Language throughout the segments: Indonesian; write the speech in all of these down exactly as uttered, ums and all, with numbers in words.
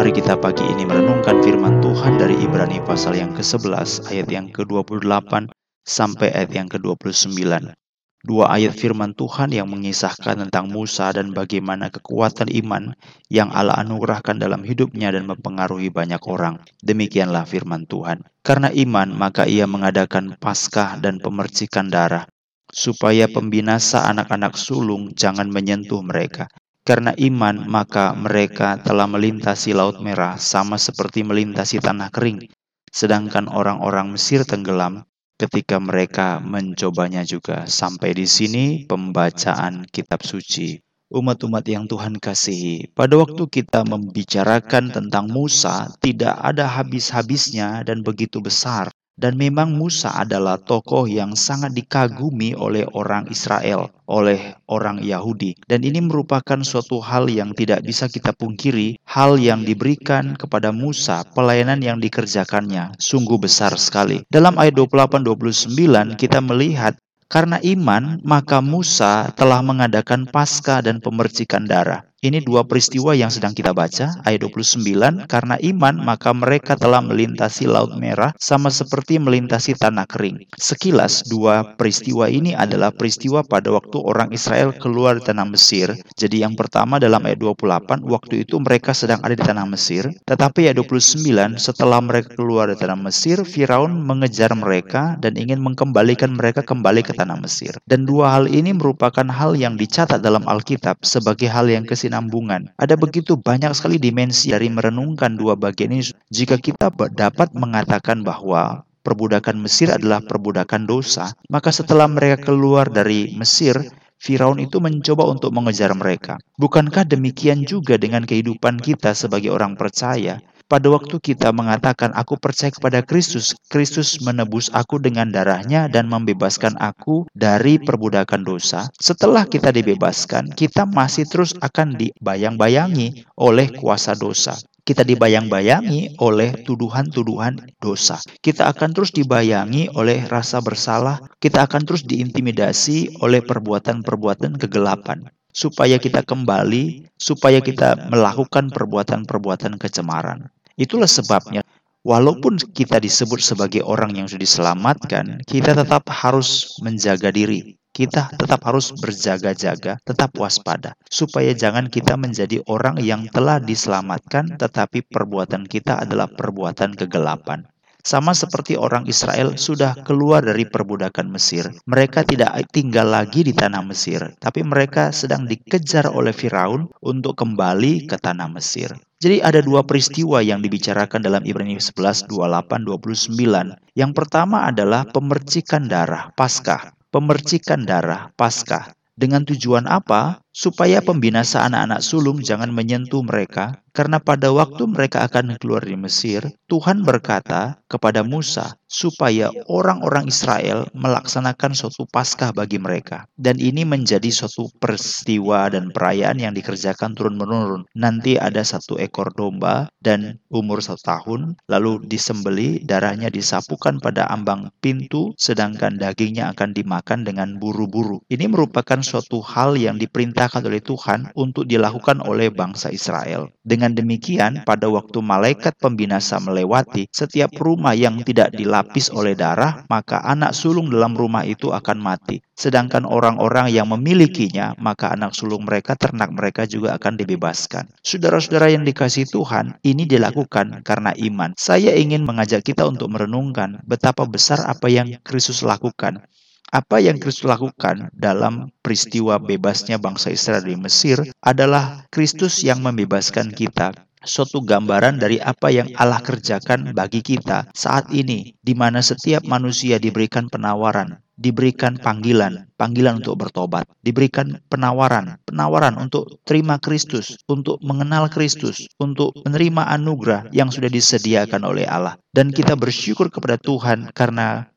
Mari kita pagi ini merenungkan firman Tuhan dari Ibrani pasal yang kesebelas ayat yang ke-dua puluh delapan sampai ayat yang ke-dua puluh sembilan. Dua ayat firman Tuhan yang mengisahkan tentang Musa dan bagaimana kekuatan iman yang Allah anugerahkan dalam hidupnya dan mempengaruhi banyak orang. Demikianlah firman Tuhan. Karena iman, maka ia mengadakan Paskah dan pemercikan darah, supaya pembinasa anak-anak sulung jangan menyentuh mereka. Karena iman, maka mereka telah melintasi Laut Merah sama seperti melintasi tanah kering. Sedangkan orang-orang Mesir tenggelam ketika mereka mencobanya juga. Sampai di sini pembacaan kitab suci. Umat-umat yang Tuhan kasihi, pada waktu kita membicarakan tentang Musa, tidak ada habis-habisnya dan begitu besar. Dan memang Musa adalah tokoh yang sangat dikagumi oleh orang Israel, oleh orang Yahudi. Dan ini merupakan suatu hal yang tidak bisa kita pungkiri, hal yang diberikan kepada Musa, pelayanan yang dikerjakannya, sungguh besar sekali. Dalam ayat dua puluh delapan dua puluh sembilan kita melihat, karena iman, maka Musa telah mengadakan Paskah dan pemercikan darah. Ini dua peristiwa yang sedang kita baca, ayat dua puluh sembilan, karena iman maka mereka telah melintasi Laut Merah sama seperti melintasi tanah kering. Sekilas, dua peristiwa ini adalah peristiwa pada waktu orang Israel keluar dari tanah Mesir. Jadi yang pertama dalam ayat dua puluh delapan, waktu itu mereka sedang ada di tanah Mesir. Tetapi ayat dua puluh sembilan, setelah mereka keluar dari tanah Mesir, Firaun mengejar mereka dan ingin mengembalikan mereka kembali ke tanah Mesir. Dan dua hal ini merupakan hal yang dicatat dalam Alkitab sebagai hal yang kesinambungan. Ada begitu banyak sekali dimensi dari merenungkan dua bagian ini. Jika kita dapat mengatakan bahwa perbudakan Mesir adalah perbudakan dosa, maka setelah mereka keluar dari Mesir, Firaun itu mencoba untuk mengejar mereka. Bukankah demikian juga dengan kehidupan kita sebagai orang percaya? Pada waktu kita mengatakan, aku percaya kepada Kristus, Kristus menebus aku dengan darahnya dan membebaskan aku dari perbudakan dosa. Setelah kita dibebaskan, kita masih terus akan dibayang-bayangi oleh kuasa dosa. Kita dibayang-bayangi oleh tuduhan-tuduhan dosa. Kita akan terus dibayangi oleh rasa bersalah. Kita akan terus diintimidasi oleh perbuatan-perbuatan kegelapan. Supaya kita kembali, supaya kita melakukan perbuatan-perbuatan kecemaran. Itulah sebabnya, walaupun kita disebut sebagai orang yang sudah diselamatkan, kita tetap harus menjaga diri. Kita tetap harus berjaga-jaga, tetap waspada. Supaya jangan kita menjadi orang yang telah diselamatkan, tetapi perbuatan kita adalah perbuatan kegelapan. Sama seperti orang Israel sudah keluar dari perbudakan Mesir. Mereka tidak tinggal lagi di tanah Mesir, tapi mereka sedang dikejar oleh Firaun untuk kembali ke tanah Mesir. Jadi ada dua peristiwa yang dibicarakan dalam Ibrani sebelas, dua puluh delapan, dua puluh sembilan. Yang pertama adalah pemercikan darah, Paskah. Pemercikan darah, Paskah. Dengan tujuan apa? Supaya pembinasa anak-anak sulung jangan menyentuh mereka, karena pada waktu mereka akan keluar dari Mesir, Tuhan berkata kepada Musa supaya orang-orang Israel melaksanakan suatu Paskah bagi mereka. Dan ini menjadi suatu peristiwa dan perayaan yang dikerjakan turun-menurun. Nanti ada satu ekor domba dan umur satu tahun, lalu disembeli, darahnya disapukan pada ambang pintu, sedangkan dagingnya akan dimakan dengan buru-buru. Ini merupakan suatu hal yang diperintahkan oleh Tuhan untuk dilakukan oleh bangsa Israel. Dengan demikian, pada waktu malaikat pembinasa melewati setiap rumah yang tidak dilapis oleh darah, maka anak sulung dalam rumah itu akan mati. Sedangkan orang-orang yang memilikinya, maka anak sulung mereka, ternak mereka juga akan dibebaskan. Saudara-saudara yang dikasihi Tuhan, ini dilakukan karena iman. Saya ingin mengajak kita untuk merenungkan betapa besar apa yang Kristus lakukan. Apa yang Kristus lakukan dalam peristiwa bebasnya bangsa Israel di Mesir adalah Kristus yang membebaskan kita. Suatu gambaran dari apa yang Allah kerjakan bagi kita saat ini, di mana setiap manusia diberikan penawaran, diberikan panggilan, panggilan untuk bertobat, diberikan penawaran, penawaran untuk terima Kristus, untuk mengenal Kristus, untuk menerima anugerah yang sudah disediakan oleh Allah. Dan kita bersyukur kepada Tuhan karena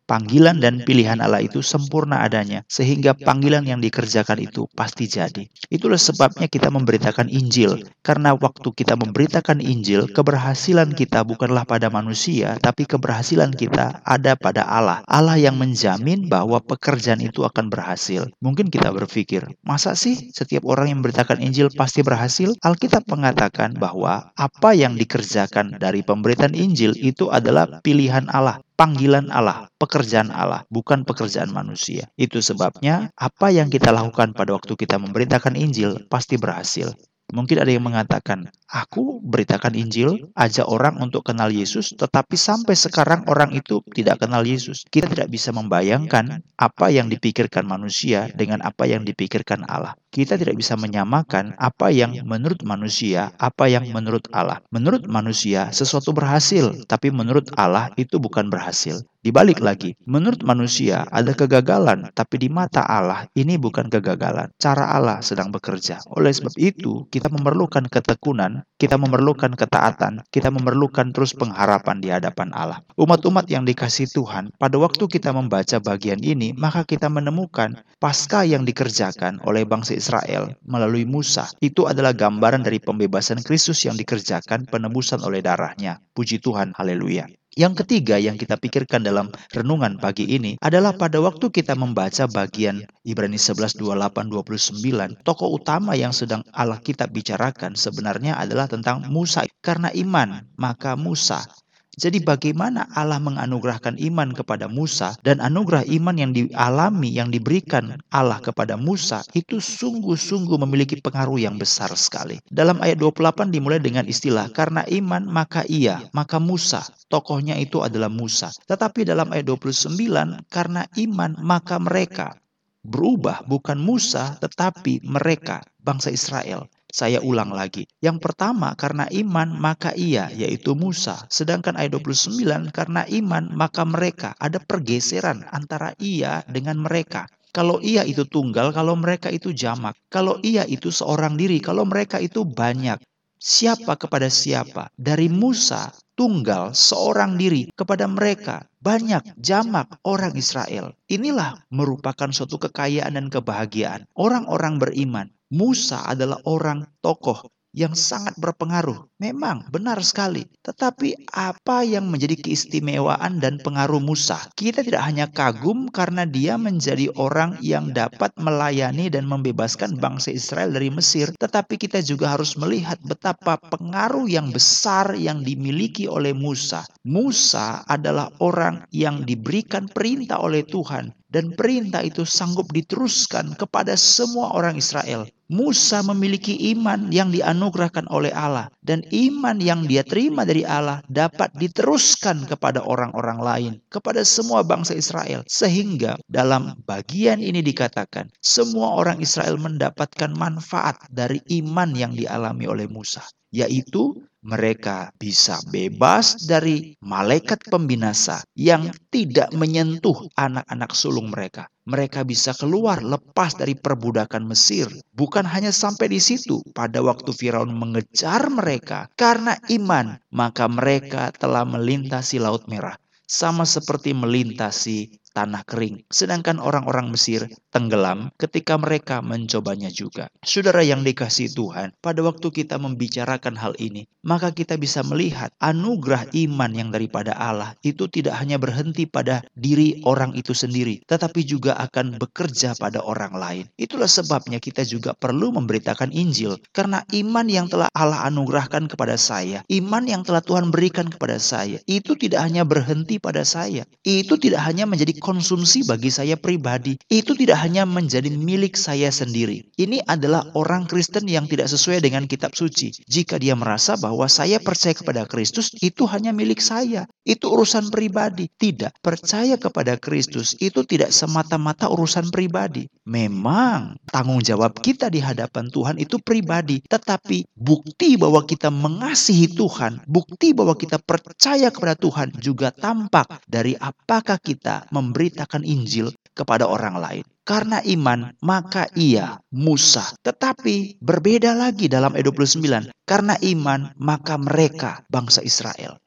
Panggilan dan pilihan Allah itu sempurna adanya, sehingga panggilan yang dikerjakan itu pasti jadi. Itulah sebabnya kita memberitakan Injil, karena waktu kita memberitakan Injil, keberhasilan kita bukanlah pada manusia, tapi keberhasilan kita ada pada Allah. Allah yang menjamin bahwa pekerjaan itu akan berhasil. Mungkin kita berpikir, masa sih setiap orang yang memberitakan Injil pasti berhasil? Alkitab mengatakan bahwa apa yang dikerjakan dari pemberitaan Injil itu adalah pilihan Allah, panggilan Allah, pekerjaan Allah, bukan pekerjaan manusia. Itu sebabnya apa yang kita lakukan pada waktu kita memberitakan Injil pasti berhasil. Mungkin ada yang mengatakan, aku beritakan Injil, ajak orang untuk kenal Yesus, tetapi sampai sekarang orang itu tidak kenal Yesus. Kita tidak bisa membayangkan apa yang dipikirkan manusia dengan apa yang dipikirkan Allah. Kita tidak bisa menyamakan apa yang menurut manusia, apa yang menurut Allah. Menurut manusia, sesuatu berhasil, tapi menurut Allah itu bukan berhasil. Dibalik lagi, menurut manusia ada kegagalan, tapi di mata Allah ini bukan kegagalan. Cara Allah sedang bekerja. Oleh sebab itu, kita memerlukan ketekunan, kita memerlukan ketaatan, kita memerlukan terus pengharapan di hadapan Allah. Umat-umat yang dikasihi Tuhan, pada waktu kita membaca bagian ini, maka kita menemukan pasca yang dikerjakan oleh bangsa Israel melalui Musa. Itu adalah gambaran dari pembebasan Kristus yang dikerjakan penebusan oleh darahnya. Puji Tuhan, haleluya. Yang ketiga yang kita pikirkan dalam renungan pagi ini adalah pada waktu kita membaca bagian Ibrani sebelas, dua puluh delapan, dua puluh sembilan, tokoh utama yang sedang Alkitab bicarakan sebenarnya adalah tentang Musa. Karena iman, maka Musa. Jadi bagaimana Allah menganugerahkan iman kepada Musa, dan anugerah iman yang dialami, yang diberikan Allah kepada Musa itu sungguh-sungguh memiliki pengaruh yang besar sekali. Dalam ayat dua puluh delapan dimulai dengan istilah karena iman maka ia, maka Musa. Tokohnya itu adalah Musa. Tetapi dalam ayat dua puluh sembilan karena iman maka mereka. Berubah bukan Musa tetapi mereka, bangsa Israel. Saya ulang lagi. Yang pertama, karena iman maka ia, yaitu Musa. Sedangkan ayat dua puluh sembilan, karena iman maka mereka. Ada pergeseran antara ia dengan mereka. Kalau ia itu tunggal, kalau mereka itu jamak. Kalau ia itu seorang diri, kalau mereka itu banyak. Siapa kepada siapa? Dari Musa, tunggal, seorang diri, kepada mereka. Banyak, jamak, orang Israel. Inilah merupakan suatu kekayaan dan kebahagiaan. Orang-orang beriman. Musa adalah orang tokoh yang sangat berpengaruh. Memang benar sekali. Tetapi apa yang menjadi keistimewaan dan pengaruh Musa? Kita tidak hanya kagum karena dia menjadi orang yang dapat melayani dan membebaskan bangsa Israel dari Mesir. Tetapi kita juga harus melihat betapa pengaruh yang besar yang dimiliki oleh Musa. Musa adalah orang yang diberikan perintah oleh Tuhan. Dan perintah itu sanggup diteruskan kepada semua orang Israel. Musa memiliki iman yang dianugerahkan oleh Allah. Dan iman yang dia terima dari Allah dapat diteruskan kepada orang-orang lain. Kepada semua bangsa Israel. Sehingga dalam bagian ini dikatakan, semua orang Israel mendapatkan manfaat dari iman yang dialami oleh Musa. Yaitu mereka bisa bebas dari malaikat pembinasa yang tidak menyentuh anak-anak sulung mereka. Mereka bisa keluar lepas dari perbudakan Mesir. Bukan hanya sampai di situ. Pada waktu Firaun mengejar mereka karena iman, maka mereka telah melintasi Laut Merah. Sama seperti melintasi tanah kering. Sedangkan orang-orang Mesir tenggelam ketika mereka mencobanya juga. Saudara yang dikasihi Tuhan, pada waktu kita membicarakan hal ini, maka kita bisa melihat anugerah iman yang daripada Allah itu tidak hanya berhenti pada diri orang itu sendiri, tetapi juga akan bekerja pada orang lain. Itulah sebabnya kita juga perlu memberitakan Injil. Karena iman yang telah Allah anugerahkan kepada saya, iman yang telah Tuhan berikan kepada saya, itu tidak hanya berhenti pada saya. Itu tidak hanya menjadi konsumsi bagi saya pribadi. Itu tidak hanya menjadi milik saya sendiri. Ini adalah orang Kristen yang tidak sesuai dengan kitab suci. Jika dia merasa bahwa saya percaya kepada Kristus, itu hanya milik saya. Itu urusan pribadi. Tidak. Percaya kepada Kristus itu tidak semata-mata urusan pribadi. Memang tanggung jawab kita di hadapan Tuhan itu pribadi. Tetapi bukti bahwa kita mengasihi Tuhan, bukti bahwa kita percaya kepada Tuhan juga tampak dari apakah kita memberitakan Injil kepada orang lain. Karena iman, maka ia, Musa. Tetapi berbeda lagi dalam ayat dua puluh sembilan. Karena iman, maka mereka, bangsa Israel.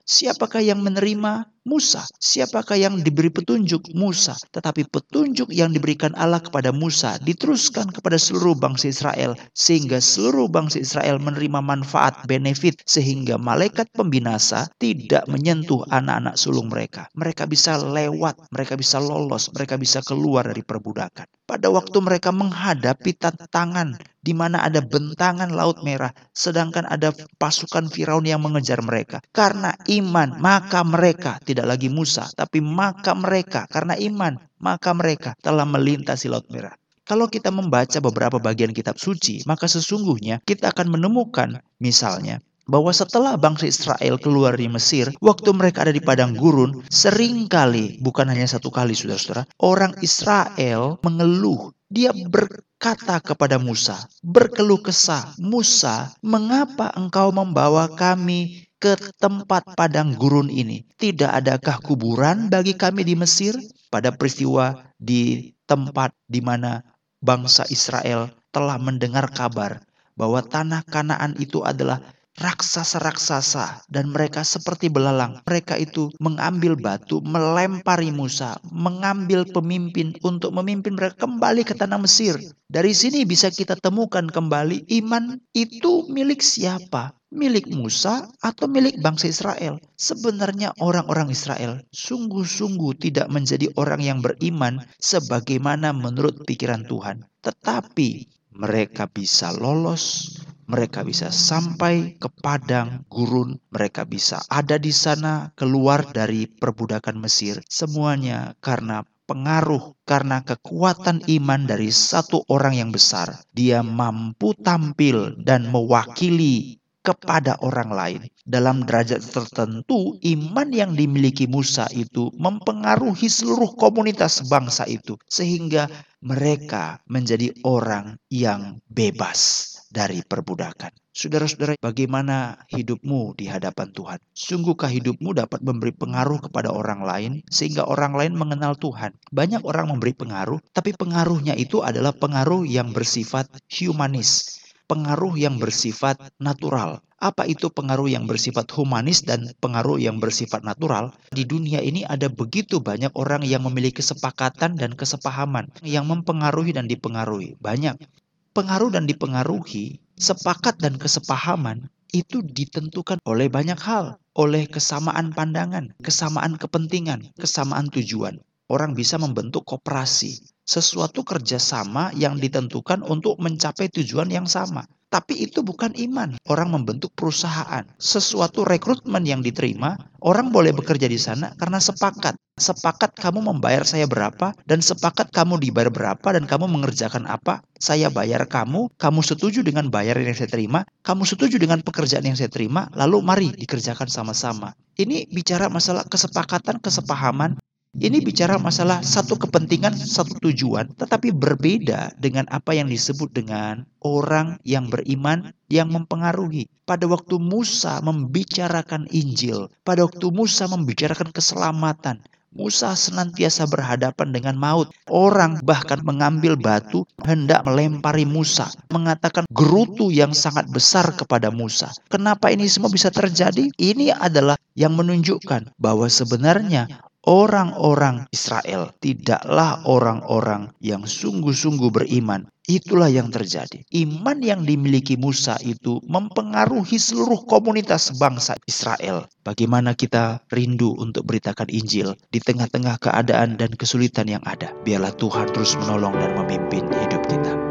Siapakah yang menerima? Musa. Siapakah yang diberi petunjuk? Musa. Tetapi petunjuk yang diberikan Allah kepada Musa diteruskan kepada seluruh bangsa Israel, sehingga seluruh bangsa Israel menerima manfaat, benefit, sehingga malaikat pembinasa tidak menyentuh anak-anak sulung mereka. Mereka bisa lewat, mereka bisa lolos, mereka bisa keluar dari perbudakan. Pada waktu mereka menghadapi tantangan di mana ada bentangan Laut Merah, sedangkan ada pasukan Firaun yang mengejar mereka. Karena iman, maka mereka, tidak lagi Musa, tapi maka mereka, karena iman, maka mereka telah melintasi Laut Merah. Kalau kita membaca beberapa bagian kitab suci, maka sesungguhnya kita akan menemukan misalnya bahwa setelah bangsa Israel keluar dari Mesir, waktu mereka ada di padang gurun, seringkali, bukan hanya satu kali saudara-saudara, orang Israel mengeluh. Dia berkata kepada Musa, berkeluh kesah, Musa, mengapa engkau membawa kami ke tempat padang gurun ini? Tidak adakah kuburan bagi kami di Mesir? Pada peristiwa di tempat di mana bangsa Israel telah mendengar kabar bahwa tanah Kanaan itu adalah raksasa-raksasa dan mereka seperti belalang. Mereka itu mengambil batu, melempari Musa, mengambil pemimpin untuk memimpin mereka kembali ke tanah Mesir. Dari sini bisa kita temukan kembali iman itu milik siapa? Milik Musa atau milik bangsa Israel? Sebenarnya orang-orang Israel sungguh-sungguh tidak menjadi orang yang beriman sebagaimana menurut pikiran Tuhan. Tetapi mereka bisa lolos, mereka bisa sampai ke padang gurun, mereka bisa ada di sana, keluar dari perbudakan Mesir. Semuanya karena pengaruh, karena kekuatan iman dari satu orang yang besar. Dia mampu tampil dan mewakili kepada orang lain. Dalam derajat tertentu, iman yang dimiliki Musa itu mempengaruhi seluruh komunitas bangsa itu, sehingga mereka menjadi orang yang bebas dari perbudakan. Saudara-saudara, bagaimana hidupmu di hadapan Tuhan? Sungguhkah hidupmu dapat memberi pengaruh kepada orang lain sehingga orang lain mengenal Tuhan? Banyak orang memberi pengaruh, tapi pengaruhnya itu adalah pengaruh yang bersifat humanis. Pengaruh yang bersifat natural. Apa itu pengaruh yang bersifat humanis dan pengaruh yang bersifat natural? Di dunia ini ada begitu banyak orang yang memiliki kesepakatan dan kesepahaman yang mempengaruhi dan dipengaruhi. Banyak. Pengaruh dan dipengaruhi, sepakat dan kesepahaman itu ditentukan oleh banyak hal. Oleh kesamaan pandangan, kesamaan kepentingan, kesamaan tujuan. Orang bisa membentuk koperasi. Sesuatu kerjasama yang ditentukan untuk mencapai tujuan yang sama. Tapi itu bukan iman. Orang membentuk perusahaan. Sesuatu rekrutmen yang diterima, orang boleh bekerja di sana karena sepakat. Sepakat kamu membayar saya berapa, dan sepakat kamu dibayar berapa, dan kamu mengerjakan apa. Saya bayar kamu, kamu setuju dengan bayaran yang saya terima, kamu setuju dengan pekerjaan yang saya terima, lalu mari dikerjakan sama-sama. Ini bicara masalah kesepakatan, kesepahaman. Ini bicara masalah satu kepentingan, satu tujuan, tetapi berbeda dengan apa yang disebut dengan orang yang beriman yang mempengaruhi. Pada waktu Musa membicarakan Injil, pada waktu Musa membicarakan keselamatan, Musa senantiasa berhadapan dengan maut. Orang bahkan mengambil batu hendak melempari Musa, mengatakan gerutu yang sangat besar kepada Musa. Kenapa ini semua bisa terjadi? Ini adalah yang menunjukkan bahwa sebenarnya orang-orang Israel tidaklah orang-orang yang sungguh-sungguh beriman. Itulah yang terjadi. Iman yang dimiliki Musa itu mempengaruhi seluruh komunitas bangsa Israel. Bagaimana kita rindu untuk beritakan Injil di tengah-tengah keadaan dan kesulitan yang ada. Biarlah Tuhan terus menolong dan memimpin hidup kita.